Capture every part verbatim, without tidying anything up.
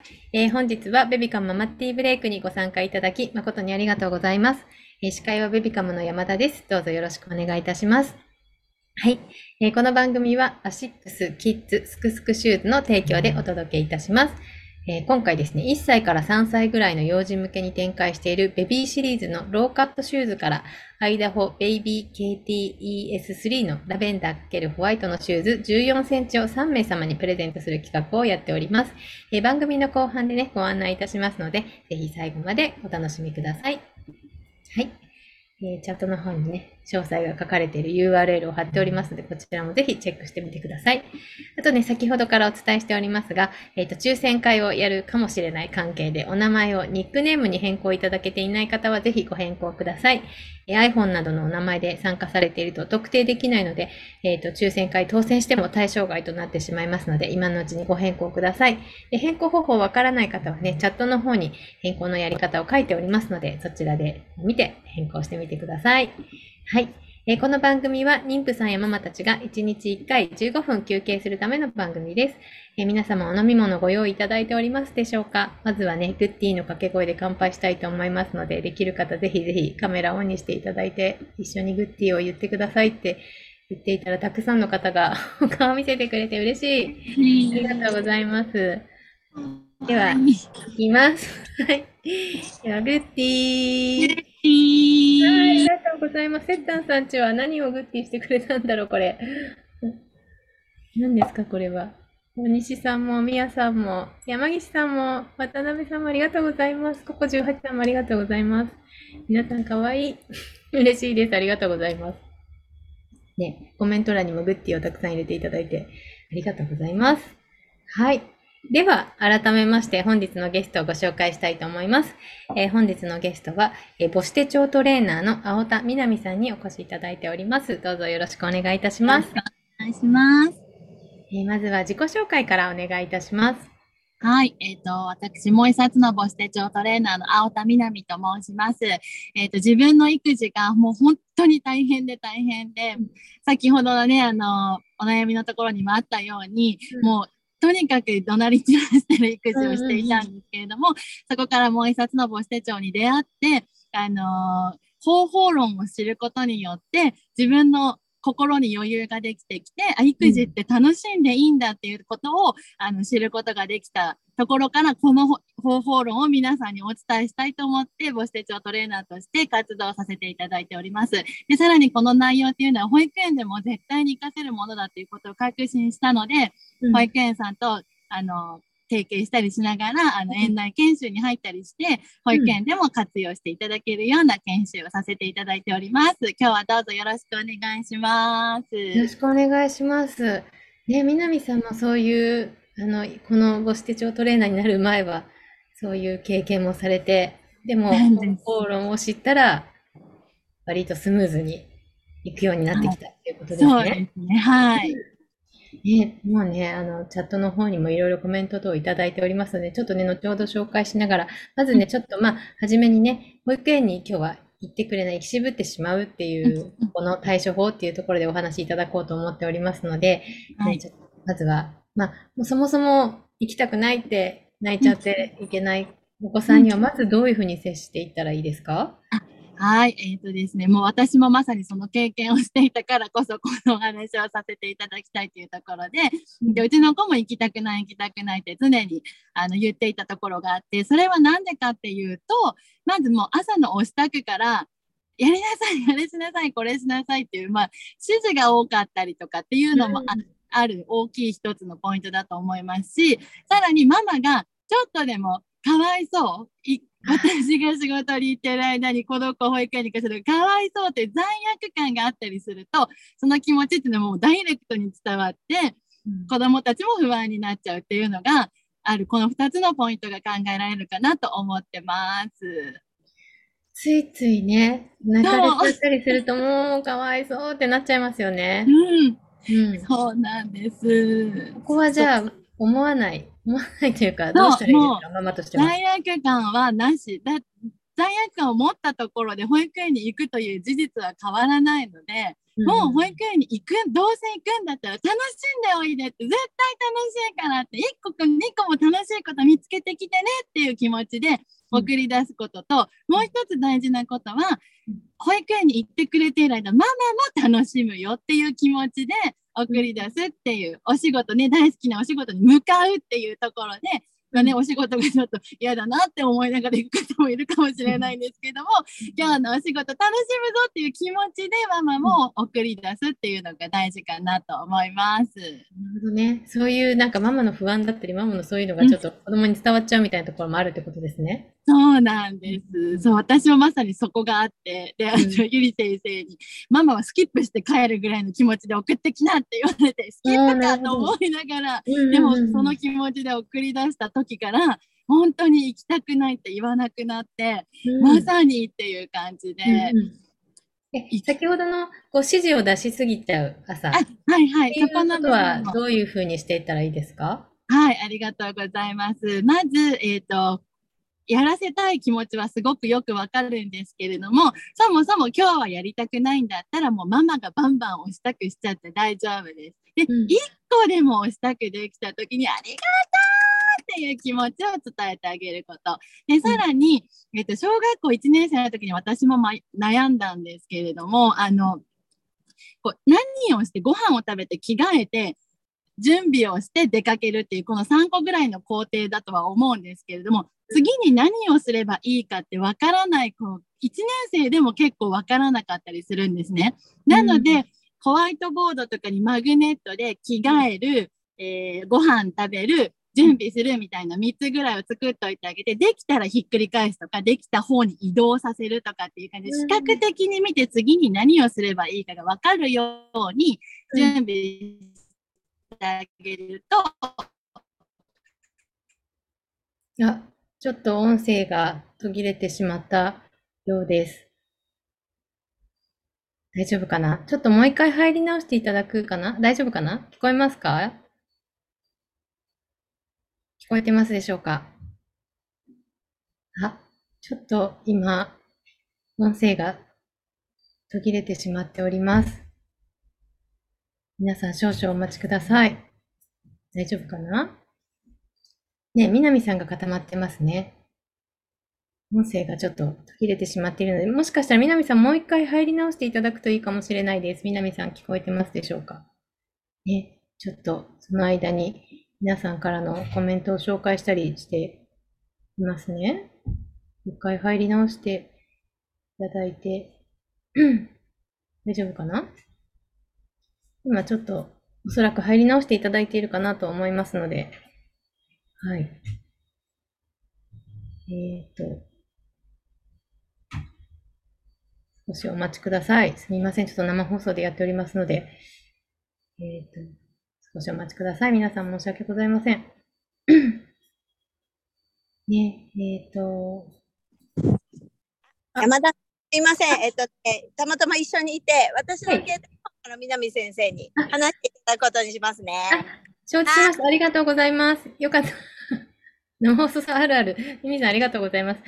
えー本日はベビカムママティーブレイクにご参加いただき誠にありがとうございます。えー司会はベビカムの山田です。どうぞよろしくお願いいたします。はい。えーこの番組はアシックスキッズスクスクシューズの提供でお届けいたします。えー今回ですね、いっさいからさんさいぐらいの幼児向けに展開しているベビーシリーズのローカットシューズからアイダホベイビー ケーティーイーエススリー のラベンダー×ホワイトのシューズじゅうよんセンチをさんめいさまにプレゼントする企画をやっております。えー番組の後半でね、ご案内いたしますので、ぜひ最後までお楽しみください。はい。えーチャットの方にね、詳細が書かれている ユーアールエル を貼っておりますので、こちらもぜひチェックしてみてください。あとね、先ほどからお伝えしておりますが、えっ、と、抽選会をやるかもしれない関係で、お名前をニックネームに変更いただけていない方は、ぜひご変更ください。えー iPhone などのお名前で参加されていると特定できないので、えっ、と、抽選会当選しても対象外となってしまいますので、今のうちにご変更ください。で変更方法わからない方はね、チャットの方に変更のやり方を書いておりますので、そちらで見て変更してみてください。はい。えーこの番組は妊婦さんやママたちがいちにちいっかいじゅうごふん休憩するための番組です。えー皆様お飲み物ご用意いただいておりますでしょうか？まずはね、グッディーの掛け声で乾杯したいと思いますので、できる方ぜひぜひカメラをオンにしていただいて、一緒にグッディーを言ってくださいって言っていたら、たくさんの方がお顔を見せてくれて嬉しい。ありがとうございます。では、いきます。はい。では、グッディー。はい、ありがとうございます。セッタンさんちは何をグッディしてくれたんだろう、これ。何ですか、これは。大西さんも、みやさんも、山岸さんも、渡辺さんもありがとうございます。ここじゅうはちさんもありがとうございます。皆さんかわいい。嬉しいです。ありがとうございます。ね、コメント欄にもグッディをたくさん入れていただいてありがとうございます。はい。では、改めまして本日のゲストをご紹介したいと思います。えー本日のゲストは、えー母子手帳トレーナーの青田みなみさんにお越しいただいております。どうぞよろしくお願いいたします。 お願いします。 えーまずは自己紹介からお願いいたします。 はい。えっ、と、私、もう一冊の母子手帳トレーナーの青田みなみと申します。えっ、と、自分の育児がもう本当に大変で大変で、先ほどのね、あの、お悩みのところにもあったように、もう、とにかく怒鳴り散らしてる育児をしていたんですけれども、そこからもう一冊の母子手帳に出会って、あの方法論を知ることによって、自分の心に余裕ができてきて、あ、育児って楽しんでいいんだっていうことをあの知ることができたところから、この方法論を皆さんにお伝えしたいと思って、母子手帳トレーナーとして活動させていただいております。で、さらにこの内容っていうのは保育園でも絶対に活かせるものだということを確信したので、 うん保育園さんとあの提携したりしながら、あの園内研修に入ったりして、保育園でも活用していただけるような研修をさせていただいております。今日はどうぞよろしくお願いします。 よろしくお願いします。ね、みなみさんもそういう、あの、この母子手帳トレーナーになる前は、そういう経験もされて、でも、 なんです。 方法論を知ったら、割とスムーズにいくようになってはい、 きたっていうことですそうね。 ですね。はい。 ね、もうね、あの、チャットの方にもいろいろコメント等いただいておりますので、ちょっとね、後ほど紹介しながら、まずね、ちょっとまあ、初めにね、保育園に今日は行ってくれない、行き渋ってしまうっていう、この対処法っていうところでお話しいただこうと思っておりますので、ね、 はい。 ちょっと、まずは、まあ、もうそもそも行きたくないって泣いちゃっていけないお子さんには、まずどういうふうに接していったらいいですか？ はい。えっ、とですね、もう私もまさにその経験をしていたからこそ、このお話をさせていただきたいというところで、で、うちの子も行きたくない、行きたくないって常にあの言っていたところがあって、それはなんでかっていうと、まずもう朝のお支度から、やりなさい、あれしなさい、これしなさいっていう、まあ、指示が多かったりとかっていうのもあある大きい一つのポイントだと思いますし、さらにママがちょっとでもかわいそう、い私が仕事に行ってる間にこの子保育園に行かせるかわいそうって罪悪感があったりすると、その気持ちっていうのはもうダイレクトに伝わって、子供たちも不安になっちゃうっていうのがある、このふたつのポイントが考えられるかなと思ってます。 ついついね、泣かれちそう、 ゃったりすると、もうかわいそうってなっちゃいますよね。 うん、 うん。 そうなんです。 ここはじそゃあ、思わない。思わないというか、どうしたそう、もうらいいですか、ママとしては。 罪悪感はなしだ。罪悪感を持ったところで保育園に行くという事実は変わらないので、 うんもう保育園に行く、どうせ行くんだったら楽しんでおいでって、絶対楽しいからって、いっこかにこも楽しいこと見つけてきてねっていう気持ちで送り出すことと、もう一つ大事なことは、保育園に行ってくれている間、ママも楽しむよっていう気持ちで送り出すっていう、お仕事ね、大好きなお仕事に向かうっていうところで、まあね、お仕事がちょっと嫌だなって思いながら行く方もいるかもしれないんですけども、今日のお仕事楽しむぞっていう気持ちでママも送り出すっていうのが大事かなと思います。 なるほどね。そういうなんかママの不安だったり、ママのそういうのがちょっと子供に伝わっちゃうみたいなところもあるってことですね。 そうなんです。そう、私もまさにそこがあって、で、あの、 うんゆり先生に、ママはスキップして帰るぐらいの気持ちで送ってきなって言われて、スキップかと思いながら、でもその気持ちで送り出した時から、本当に行きたくないって言わなくなって、 うんまさにっていう感じで、 うんうんえ先ほどのこう指示を出しすぎちゃう朝。 あ、はいはい、 っていうそこのことは部分も。 どういうふうにしていったらいいですか？ はい、ありがとうございます。まず、えっと、やらせたい気持ちはすごくよくわかるんですけれども、そもそも今日はやりたくないんだったら、もうママがバンバン押したくしちゃって大丈夫です。で、 うん一個でも押したくできたときに、ありがとうっていう気持ちを伝えてあげること。で、さらに、えっと、小学校いちねん生の時に私も、ま、悩んだんですけれども、あの、こう何をしてご飯を食べて着替えて、準備をして出かけるっていうこのさんこぐらいの工程だとは思うんですけれども、次に何をすればいいかってわからない子、いちねん生でも結構わからなかったりするんですね。なので、うん、ホワイトボードとかにマグネットで着替える、えー、ご飯食べる、準備するみたいなみっつぐらいを作っといてあげて、できたらひっくり返すとか、できた方に移動させるとかっていう感じで、視覚的に見て次に何をすればいいかがわかるように準備してあげると、 あ、ちょっと音声が途切れてしまったようです。大丈夫かな？ちょっともう一回入り直していただくかな？大丈夫かな？聞こえますか？聞こえてますでしょうか？あ、ちょっと今、音声が途切れてしまっております。皆さん少々お待ちください。大丈夫かな？ね、南さんが固まってますね。音声がちょっと途切れてしまっているので、もしかしたら南さんもう一回入り直していただくといいかもしれないです。南さん聞こえてますでしょうか？ね、ちょっとその間に皆さんからのコメントを紹介したりしていますね。一回入り直していただいて、大丈夫かな？今ちょっとおそらく入り直していただいているかなと思いますので、はい。えっと、少しお待ちください。すみません。ちょっと生放送でやっておりますので、えっと、少しお待ちください。皆さん申し訳ございません。ね、えっと、 山田、すいません。えっと、ね、たまたま一緒にいて、私のはい携帯の南先生に話していただくことにしますね。 あ、承知しました。ありがとうございます。よかった。生放送あるある。ミミさんありがとうございます。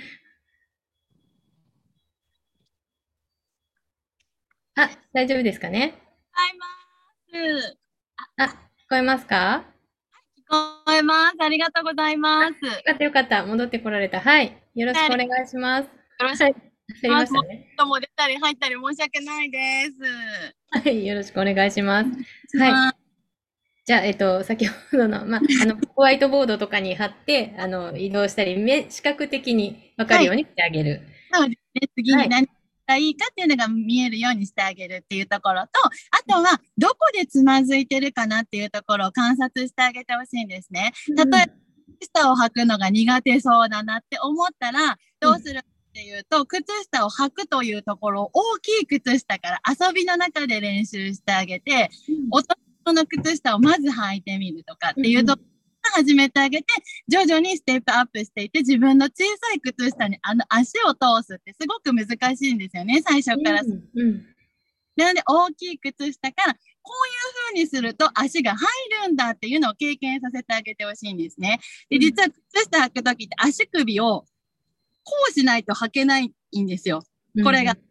あ、大丈夫ですかね？ ございます。 あ、聞こえますか？ 聞こえます。ありがとうございます。 よかったよかった。戻ってこられた。はい。よろしくお願いします。 よろしくはい。焦りましたね。 も出たり入ったり申し訳ないです。 はい。よろしくお願いします。はい。じゃあ、えっと、先ほどの、まあ、あの、ホワイトボードとかに貼って、あの、移動したり、目、視覚的に分かるようにしてあげる。 はい、そうですね。次に何がいいかっていうのが見えるようにしてあげるっていうところと、あとは、どこでつまずいてるかなっていうところを観察してあげてほしいんですね。例えば、靴下を履くのが苦手そうだなって思ったら、どうするかっていうと、靴下を履くというところを大きい靴下から遊びの中で練習してあげて、大人の靴下をまず履いてみるとかっていうところから始めてあげて、徐々にステップアップしていって、自分の小さい靴下にあの足を通すってすごく難しいんですよね、最初から。うんうん、なので、大きい靴下から、こういう風にすると足が入るんだっていうのを経験させてあげてほしいんですね。で、実は靴下履くときって足首をこうしないと履けないんですよ。これが。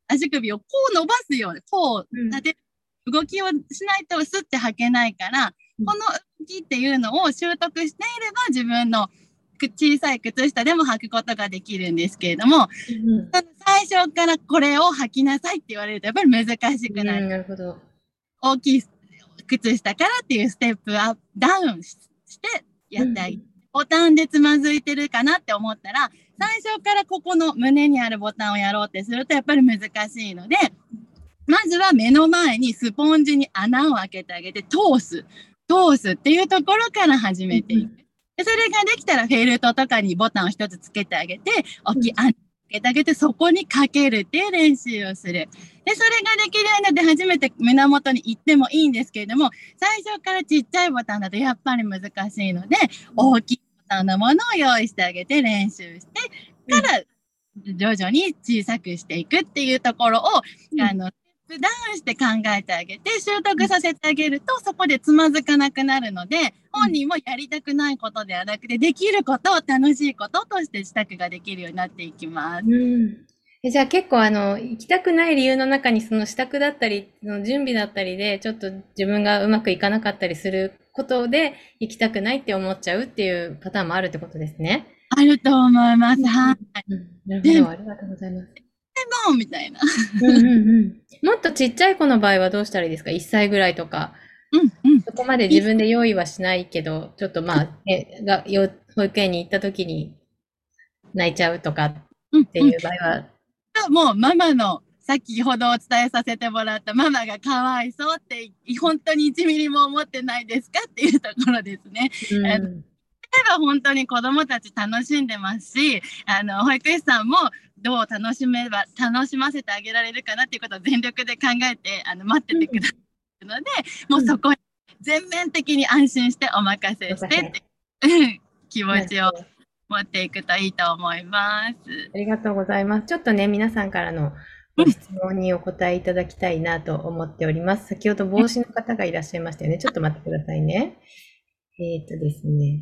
足首をこう伸ばすように、こううん立てる動きをしないとスッて履けないから、 うんこの動きっていうのを習得していれば自分の小さい靴下でも履くことができるんですけれども、 うん最初からこれを履きなさいって言われるとやっぱり難しくなる。 うん、なるほど。 大きい靴下からっていうステップアップダウンしてやってあげる。ボタンでつまずいてるかなって思ったら、最初からここの胸にあるボタンをやろうってするとやっぱり難しいので、まずは目の前にスポンジに穴を開けてあげて通す。通すっていうところから始めていく。でそれができたらフェルトとかにボタンを一つつけてあげて、大きい穴を開けてあげて、そこにかけるっていう練習をする。で、それができるようになって初めて胸元に行ってもいいんですけれども、最初からちっちゃいボタンだとやっぱり難しいので、大きいボタンのものを用意してあげて練習してから、徐々に小さくしていくっていうところを、 うんあの、ダウンして考えてあげて、習得させてあげると、そこでつまずかなくなるので、本人もやりたくないことではなくて、できることを楽しいこととして支度ができるようになっていきます。 うんえじゃあ結構あの、行きたくない理由の中にその支度だったり、その準備だったりで、ちょっと自分がうまくいかなかったりすることで、行きたくないって思っちゃうっていうパターンもあるってことですね。 あると思います。はい。 うんなるほど、ありがとうございます。 もうみたいな。 うんうんうん。もっとちっちゃい子の場合はどうしたらいいですか？ いっ 歳ぐらいとか。 うんうん。 そこまで自分で用意はしないけど、ちょっとまあ、ね、が、よ保育園に行った時に泣いちゃうとかうんっていう場合は、 もうママの先ほどお伝えさせてもらったママがかわいそうって本当にいちミリも思ってないですかっていうところですね。 うんあの例えば本当に子どもたち楽しんでますし、あの保育士さんもどう楽しめば楽しませてあげられるかなっていうことを全力で考えてあの待っててくださるので、もうそこに全面的に安心してお任せしてってうん気持ちを持っていくといいと思います。 ありがとうございます。ちょっとね、皆さんからのご質問にお答えいただきたいなと思っております。先ほど帽子の方がいらっしゃいましたよね。ちょっと待ってくださいね。えっとですね。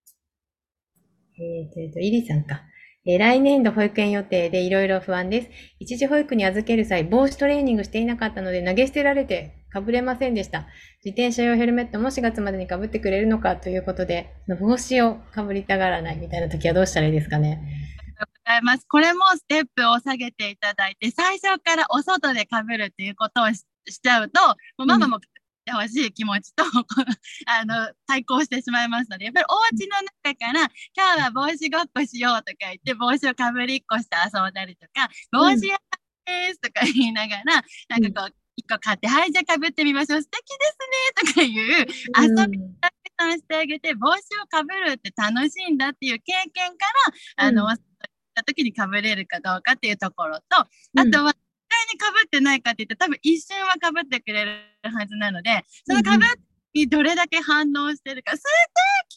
えっと、えっと、イリさんか。えー来年度保育園予定でいろいろ不安です。一時保育に預ける際、帽子トレーニングしていなかったので投げ捨てられてかぶれませんでした。自転車用ヘルメットもしがつまでにかぶってくれるのかということで、帽子をかぶりたがらないみたいな時はどうしたらいいですかね。 ございます。これもステップを下げていただいて、最初からお外でかぶるっていうことを し, しちゃうと、もうママもってほしい気持ちとあの対抗してしまいますので、やっぱりお家の中から今日は帽子ごっこしようとか言って帽子をかぶりっこして遊んだりとか、帽子屋ですとか言いながら、なんかこう一個買って、はいじゃあかぶってみましょう、素敵ですねとかいう遊びたくさんしてあげて、帽子をかぶるって楽しいんだっていう経験からあの、うんた時にかぶれるかどうかっていうところと、あとはにかぶってないかって言って多分一瞬はかぶってくれるはずなので、そのかぶにどれだけ反応してるか、素敵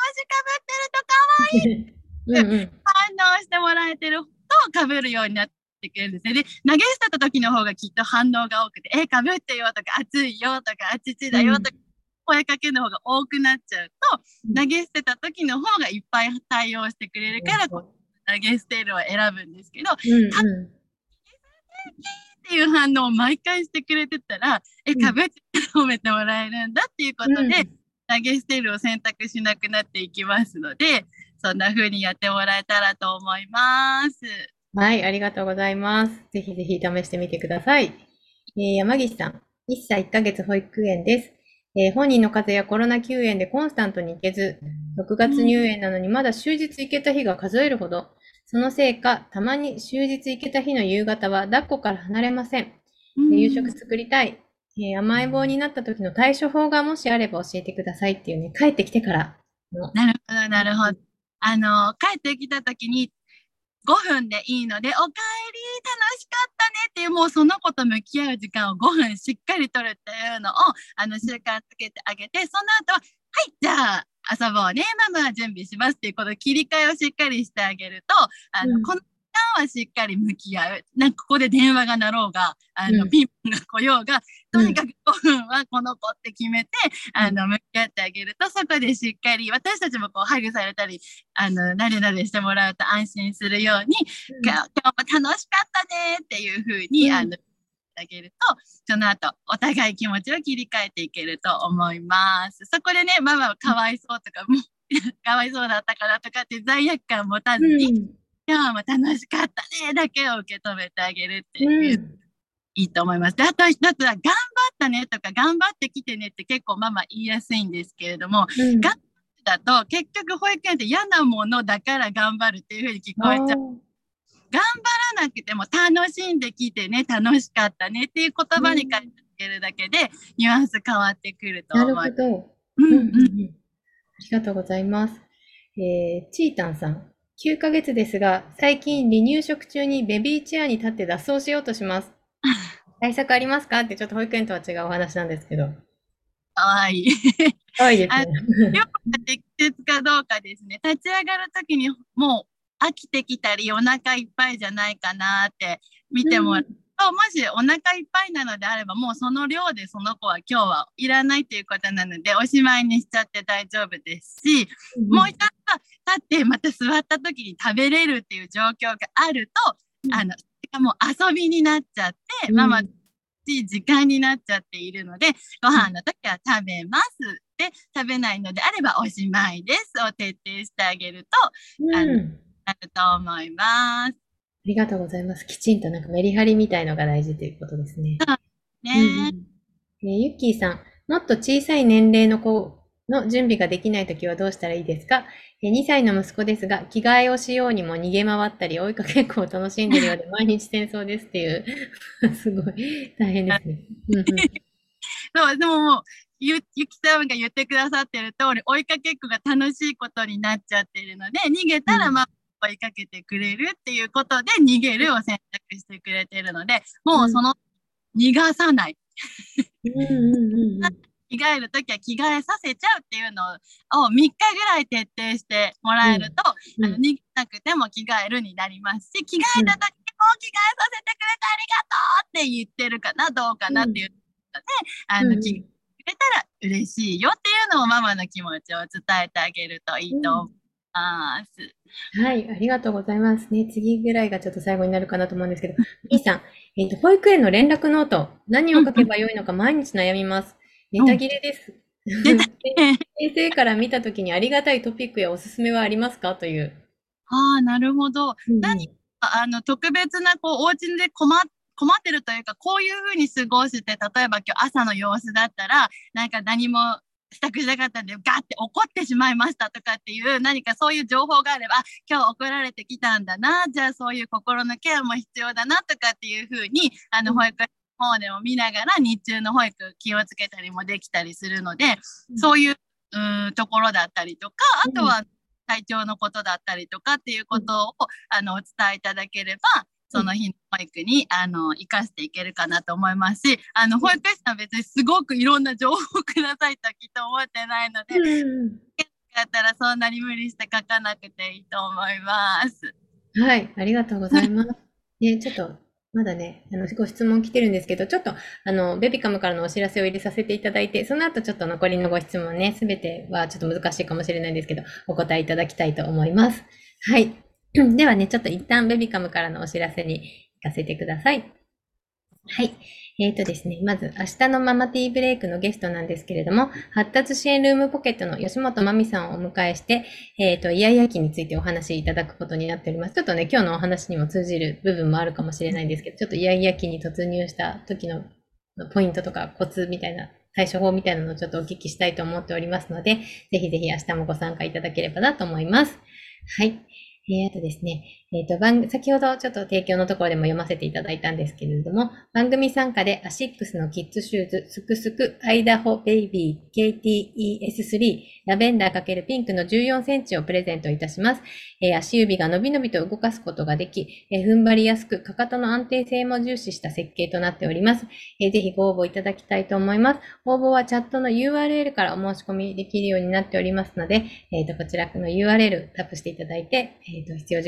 帽子かぶってるとかわいいうん、うん、反応してもらえてるとかぶるようになってくるんですね。で、投げ捨てた時の方がきっと反応が多くて、え、かぶってよとか、暑いよとか、あちちだよとか、声かけの方が多くなっちゃうと、うん、投げ捨てた時の方がいっぱい対応してくれるから、うん投げ捨てるを選ぶんですけど、うんうん、っていう反応を毎回してくれてたら、え、かぶって褒めてもらえるんだっていうことで、うん、投げ捨てるを選択しなくなっていきますので、そんな風にやってもらえたらと思います。 はい、ありがとうございます。ぜひぜひ試してみてください。えー、山岸さん、いっさいいっかげつ保育園です。えー、本人の風邪やコロナ休園でコンスタントに行けず、ろくがつ入園なのにまだ終日行けた日が数えるほど、そのせいか、たまに終日行けた日の夕方は抱っこから離れません。うん、夕食作りたい、えー。甘え棒になった時の対処法がもしあれば教えてくださいっていうね、帰ってきてからの。 なるほど、なるほど。あの、帰ってきた時にごふんでいいので、おかえり、楽しかったねっていう、もうその子と向き合う時間をごふんしっかりとるっていうのを、あの、習慣つけてあげて、その後は、はい、じゃあ、遊ぼうね、ママは準備しますっていう、この切り替えをしっかりしてあげると、あの、うん、この時間はしっかり向き合う。なんかここで電話が鳴ろうが、あの、 うんピンポンが来ようが、とにかうくごふんはこの子って決めて、あの、向き合ってあげると、そこでしっかり、私たちもこう、ハグされたり、あの、なでなでしてもらうと安心するように、今日も楽しかったねっていうふうに、 うんあの、あげると、その後、お互い気持ちを切り替えていけると思います。そこでね、ママはかわいそうとか、もう、かわいそうだったからとかって罪悪感を持たずに、 ん今日も楽しかったねだけを受け止めてあげるってういう、 んいいと思います。で、あと一つは、頑張ったねとか、頑張ってきてねって結構ママ言いやすいんですけれども、 うん頑張っただと、結局保育園って嫌なものだから頑張るっていうふうに聞こえちゃう。頑張らなくても楽しんできてね、楽しかったねっていう言葉に変えてあげるだけで、ニュアンス変わってくるとな思います。 るほど。 うんうん。 うんうんうん。ありがとうございます。えー、チータンさん。きゅうかげつですが、最近離乳食中にベビーチェアに立って脱走しようとします。対策ありますかってちょっと保育園とは違うお話なんですけど。 かわいい。 かわいいですあね。 量が適切かどうかですね。立ち上がるときにもう飽きてきたり、お腹いっぱいじゃないかなって見てもらうと、もしお腹いっぱいなのであれば、もうその量でその子は今日はいらないということなので、おしまいにしちゃって大丈夫ですし、もう一つは立ってまた座ったときに食べれるっていう状況があると、あの、もう遊びになっちゃって、ママ、時間になっちゃっているので、ご飯の時は食べます。で、食べないのであればおしまいですを徹底してあげると、 うん、 あの、 あなると思います。 りがとうございます。きちんとなんかメリハリみたいのが大事ということですね。 ね、 うんうんえーゆっきーさん、もっと小さい年齢の子の準備ができないときはどうしたらいいですか？えーにさいの息子ですが、着替えをしようにも逃げ回ったり、追いかけっこを楽しんでるようで毎日戦争ですっていう、すごい大変ですね。うんうんそう、でももう、ゆ、ゆきさんが言ってくださってる通り、追いかけっこが楽しいことになっちゃってるので、逃げたらまあ、追いかけてくれるっていうことで、逃げるを選択してくれてるので、もうその、逃がさない。 うんうんうんうん着替えるときは着替えさせちゃうっていうのをみっかぐらい徹底してもらえると、 うんあの逃げなくても着替えるになりますし、着替えたときも着替えさせてくれてありがとうって言ってるかな、どうかなっていうので、あの、 うんうん着替えてくれたら嬉しいよっていうのをママの気持ちを伝えてあげるといいと思います。 はい、ありがとうございますね。次ぐらいがちょっと最後になるかなと思うんですけど、みーさん、えっと、保育園の連絡ノート、何を書けばよいのか毎日悩みます。ネタ切れです。先生から見たときにありがたいトピックやおすすめはありますかという。 ああ、なるほど。 うん何か、あの、特別な、こう、お家で困っ、困ってるというか、こういうふうに過ごして、例えば今日朝の様子だったら、なんか何もしたくしなかったんで、ガーって怒ってしまいましたとかっていう、何かそういう情報があれば、あ今日怒られてきたんだな、じゃあそういう心のケアも必要だなとかっていうふうに、あの、保育園の方でも見ながら、日中の保育気をつけたりもできたりするので、そういう、うーん、ところだったりとか、あとは、体調のことだったりとかっていうことを、あの、お伝えいただければ、その日の保育に、あの、活かしていけるかなと思いますし、あの、保育士さんは別にすごくいろんな情報をくださいとはきっと思ってないので、 うんだったらそんなに無理して書かなくていいと思います。 はい、ありがとうございます。ね、ちょっと、まだね、あの、ご質問来てるんですけど、ちょっと、あの、ベビカムからのお知らせを入れさせていただいて、その後ちょっと残りのご質問ね、すべてはちょっと難しいかもしれないんですけど、お答えいただきたいと思います。はい。ではね、ちょっと一旦ベビカムからのお知らせに行かせてください。はい。えーとですね、まず明日のママティーブレイクのゲストなんですけれども、発達支援ルームポケットの吉本まみさんをお迎えして、えーと、イヤイヤ期についてお話しいただくことになっております。ちょっとね、今日のお話にも通じる部分もあるかもしれないんですけど、ちょっとイヤイヤ期に突入した時のポイントとかコツみたいな、対処法みたいなのをちょっとお聞きしたいと思っておりますので、ぜひぜひ明日もご参加いただければなと思います。はい。えー、あとですね、えっと、番、先ほどちょっと提供のところでも読ませていただいたんですけれども、番組参加でアシックスのキッズシューズ、すくすく、アイダホベイビー、ケーティーイーエススリー、ラベンダー×ピンクのじゅうよんセンチをプレゼントいたします。えー、足指が伸び伸びと動かすことができ、えー、踏ん張りやすく、かかとの安定性も重視した設計となっております。えー、ぜひご応募いただきたいと思います。応募はチャットの ユーアールエル からお申し込みできるようになっておりますので、えっと、こちらの ユーアールエル タップしていただいて、えっと、必要事項を書いて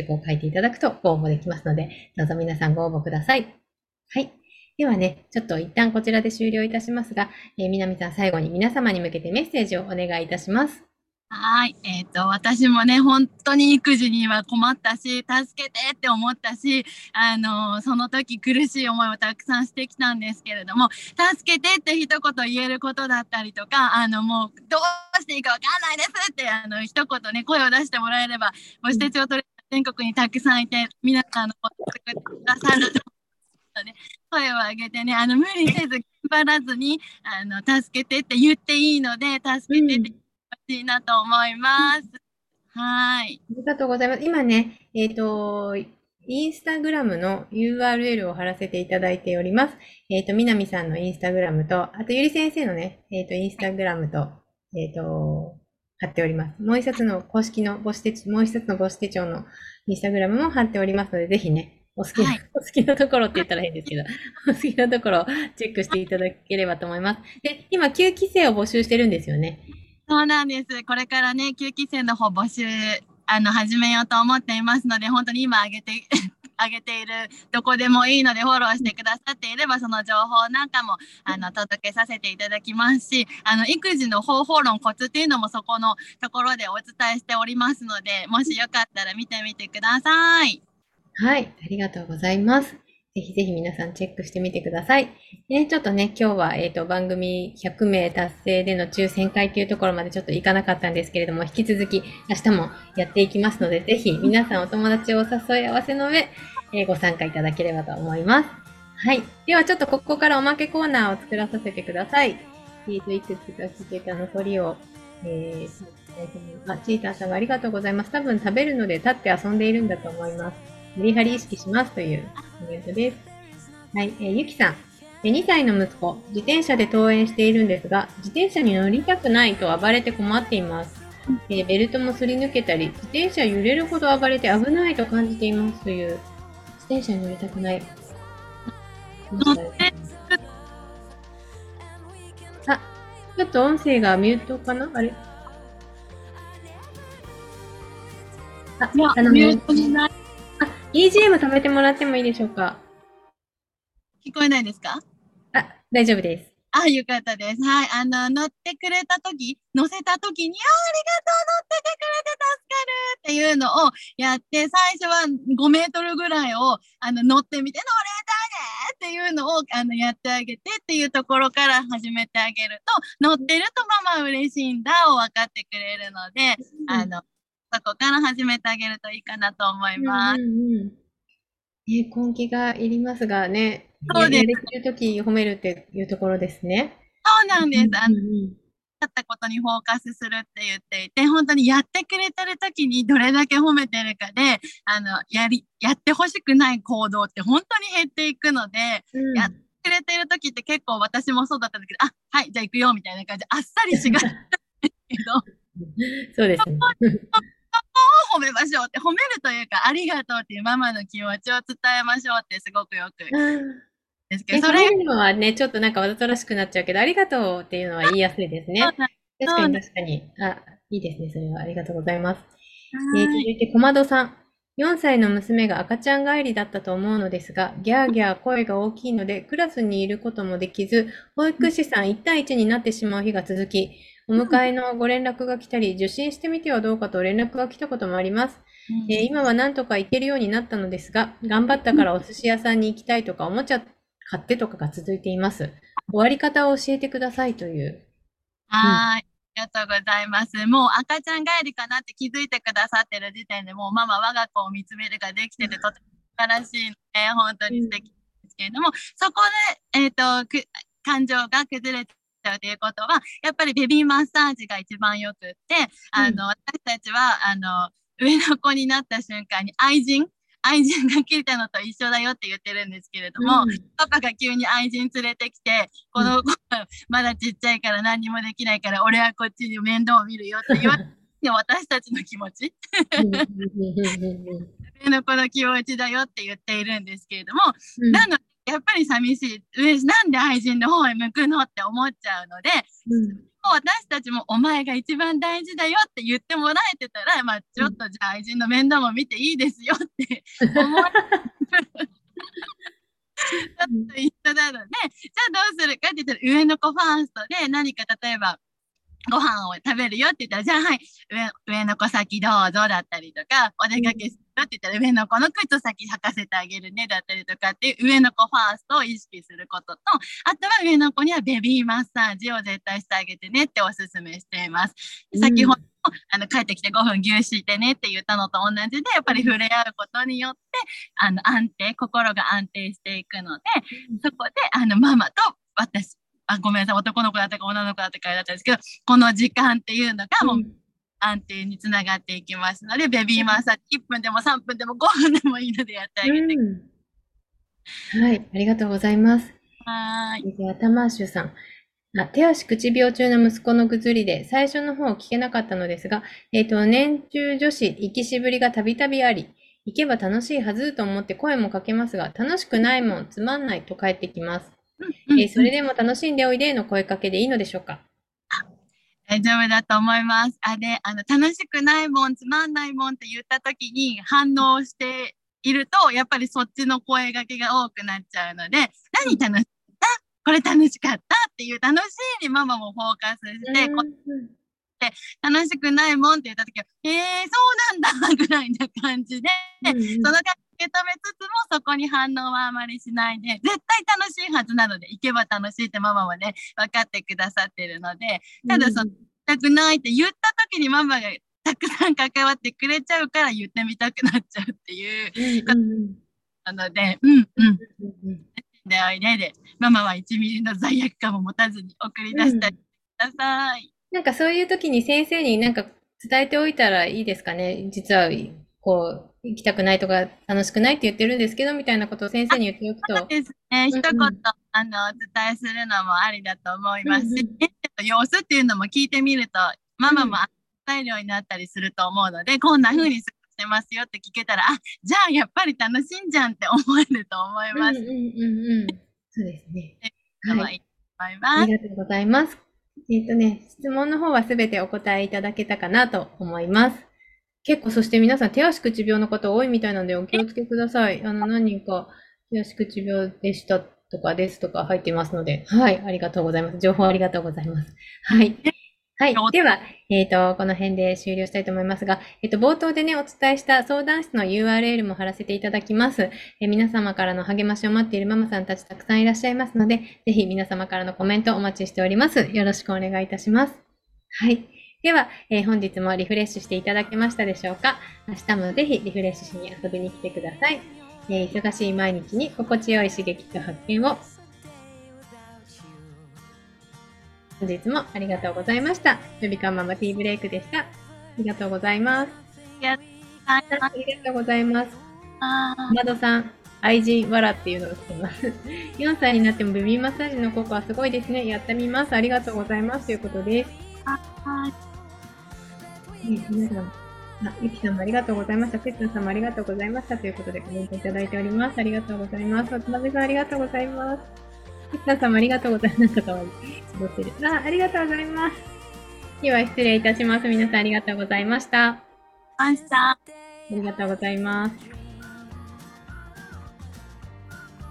いただくとご応募できますので、どうぞ皆さんご応募ください。はい。ではね、ちょっと一旦こちらで終了いたしますが、えー、南さん最後に皆様に向けてメッセージをお願いいたします。 はい。えっと、私もね、本当に育児には困ったし、助けてって思ったし、あの、その時苦しい思いをたくさんしてきたんですけれども、助けてって一言言えることだったりとか、あの、もう、どうしていいかわかんないですって、あの、一言ね、声を出してもらえれば、母子手帳トレーナー全国にたくさんいて、皆さんのことを作ってくださるとね、声を上げてね、あの、無理せず、頑張らずに、あの、助けてって言っていいので、助けてって、うん欲しいなと思います。はい。 ありがとうございます。今ね、えっと、インスタグラムの ユーアールエル を貼らせていただいております。えっと、南さんのインスタグラムと、あと、ゆり先生のね、えっと、インスタグラムと、えっと、貼っております。もう一冊の公式の母子手帳、もう一冊の母子手帳のインスタグラムも貼っておりますので、ぜひね、お好きな、はい、お好きなところって言ったら変ですけど、お好きなところをチェックしていただければと思います。で、今、きゅうき生を募集してるんですよね。 そうなんです。これからね、きゅうき生の方募集、あの、始めようと思っていますので、本当に今あげて、あげているどこでもいいのでフォローしてくださっていれば、その情報なんかも、あの、届けさせていただきますし、あの、育児の方法論、コツっていうのもそこのところでお伝えしておりますので、もしよかったら見てみてください。 はい、ありがとうございます。ぜひぜひ皆さんチェックしてみてください。でちょっとね、今日は、えっと、番組ひゃくめい達成での抽選会というところまでちょっといかなかったんですけれども、引き続き明日もやっていきますので、ぜひ皆さんお友達をお誘い合わせの上、えー、ご参加いただければと思います。はい。ではちょっとここからおまけコーナーを作らさせてください。えっと、いくつか聞けた残りを、えー、あ、チーターさんがありがとうございます。多分食べるので立って遊んでいるんだと思います。メリハリ意識しますというコメントです。はい、えー、ゆきさん。にさいの息子、自転車で登園しているんですが、自転車に乗りたくないと暴れて困っています。えー、ベルトもすり抜けたり、自転車揺れるほど暴れて危ないと感じていますという、自転車に乗りたくない。あ、ちょっと音声がミュートかなあれあ、あの、ミュートにない。あ、イージーエム 止めてもらってもいいでしょうか。 聞こえないですか？ あ、大丈夫です。 あ、よかったです。はい。あの、乗ってくれたとき、乗せたときに、あ、ありがとう、乗っててくれて助かるっていうのをやって、最初はごメートルぐらいを、あの、乗ってみて、乗れたねっていうのを、あの、やってあげてっていうところから始めてあげると、乗ってるとママ嬉しいんだを分かってくれるので、うん、あの、そこから始めてあげるといいかなと思います。 うんうんうんね、根気がいりますがね、そうです。やれてるとき褒めるっていうところですね。 そうなんです。あの、うんうん、やったことにフォーカスするって言っていて、本当にやってくれてるときにどれだけ褒めてるかで、あの、やり、やってほしくない行動って本当に減っていくので、うん、やってくれてるときって結構私もそうだったんだけど、あ、はい、じゃあ行くよみたいな感じであっさりしがちなんですけど。 そうですね。 褒めましょうって、褒めるというか、ありがとうっていうママの気持ちを伝えましょうってすごくよく。 ですけど、それ言うのはね、ちょっとなんかわざとらしくなっちゃうけど、ありがとうっていうのは言いやすいですね。確かに確かに。あ、いいですね、それは。ありがとうございます。えー、続いて、小窓さん。よんさいの娘が赤ちゃん帰りだったと思うのですが、ギャーギャー声が大きいので、クラスにいることもできず、保育士さんいち対いちになってしまう日が続き、お迎えのご連絡が来たり、受診してみてはどうかと連絡が来たこともあります。えー、今はなんとか行けるようになったのですが、頑張ったからお寿司屋さんに行きたいとか、おもちゃ買ってとかが続いています。終わり方を教えてくださいという。 はい。ありがとうございます。もう赤ちゃん帰りかなって気づいてくださってる時点でもうママ我が子を見つめるができててとても素晴らしいので、本当に素敵ですけれども、そこで、えっと、感情が崩れてということは、やっぱりベビーマッサージが一番よくって、あの、うん、私たちは、あの、上の子になった瞬間に愛人、愛人が切れたのと一緒だよって言ってるんですけれども、うん、パパが急に愛人連れてきて、この子はまだちっちゃいから何にもできないから、俺はこっちに面倒を見るよって言われて、私たちの気持ち。上の子の気持ちだよって言っているんですけれども、うん、なので、やっぱり寂しい。なんで愛人の方へ向くのって思っちゃうので、うん、 私たちもお前が一番大事だよって言ってもらえてたら、まあ、ちょっとじゃあ愛人の面倒も見ていいですよって思う。ちょっと一緒なので、じゃあどうするかって言ったら、上の子ファーストで何か例えば、ご飯を食べるよって言ったら、じゃあはい、上、上の子先どうぞだったりとか、お出かけするよって言ったら、上の子の靴先履かせてあげるねだったりとかっていう上の子ファーストを意識することと、あとは上の子にはベビーマッサージを絶対してあげてねっておすすめしています。先ほど、あの帰ってきてごふんぎゅうしてねって言ったのと同じで、やっぱり触れ合うことによって、あの安定、心が安定していくので、そこであのママと私、あ、ごめんなさい、男の子だったか女の子だったかだったんですけど、この時間っていうのがもう安定につながっていきますので、ベビーマッサージいっぷんでもさんぷんでもごふんでもいいのでやってあげて。 はい、ありがとうございます。 はい。 では、タマーシュさん。あ、手足口病中の息子のぐずりで、最初の方聞けなかったのですが、えっと、年中女子行きしぶりがたびたびあり、行けば楽しいはずと思って声もかけますが、楽しくないもん、つまんないと返ってきます。 うんうん、 えーそれでも楽しんでおいでの声かけでいいのでしょうか？ 大丈夫だと思います。あれ、あの、楽しくないもん、つまんないもんって言った時に反応していると、やっぱりそっちの声掛けが多くなっちゃうので、何楽しかったこれ楽しかったっていう楽しいにママもフォーカスして、こって楽しくないもんって言った時は、えー、そうなんだぐらいな感じで、その感じ受け止めつつもそこに反応はあまりしないで、絶対楽しいはずなので、行けば楽しいってママはね、分かってくださってるので、ただその、たくないって言った時にママがたくさん関わってくれちゃうから言ってみたくなっちゃうっていうことなので、うんうん。でおいでで、ママはいちミリの罪悪感を持たずに送り出してください。 なんかそういう時に先生になんか伝えておいたらいいですかね。実は、こう、行きたくないとか楽しくないって言ってるんですけど、みたいなことを先生に言っておくと。 そうですね。一言、あの、お伝えするのもありだと思いますし、様子っていうのも聞いてみると、ママも材料になったりすると思うので、こんな風に過ごしてますよって聞けたら、あ、じゃあやっぱり楽しいんじゃんって思えると思います。 うんうんうんうん。そうですね。 はい。 ありがとうございます。えっとね、質問の方はすべてお答えいただけたかなと思います。結構、そして皆さん手足口病の方多いみたいなのでお気をつけください。あの、何人か手足口病でしたとかですとか入ってますので、はい、ありがとうございます。情報ありがとうございます。はい。はい。では、えっと、この辺で終了したいと思いますが、えっと、冒頭でね、お伝えした相談室の ユーアールエル も貼らせていただきます。え皆様からの励ましを待っているママさんたちたくさんいらっしゃいますので、ぜひ皆様からのコメントお待ちしております。よろしくお願いいたします。はい。では、えー、本日もリフレッシュしていただけましたでしょうか？明日もぜひリフレッシュしに遊びに来てください。えー、忙しい毎日に心地よい刺激と発見を。本日もありがとうございました。ベビカンママティーブレイクでした。ありがとうございます。 ありがとうございます。マドさん、愛人わらっていうのをしてます。よんさいになってもベビーマッサージの効果はすごいですね。やってみます。ありがとうございます。ということです。 はい。 皆さん、あ、ゆきさんもありがとうございました。ペッツンさんもありがとうございました。ということでコメントいただいております。ありがとうございます。渡辺さんありがとうございます。ペッツンさんもありがとうございます。なんかかわいい。過ごせる。あ、ありがとうございます。では失礼いたします。皆さんありがとうございました。 あした。 ありがとうございます。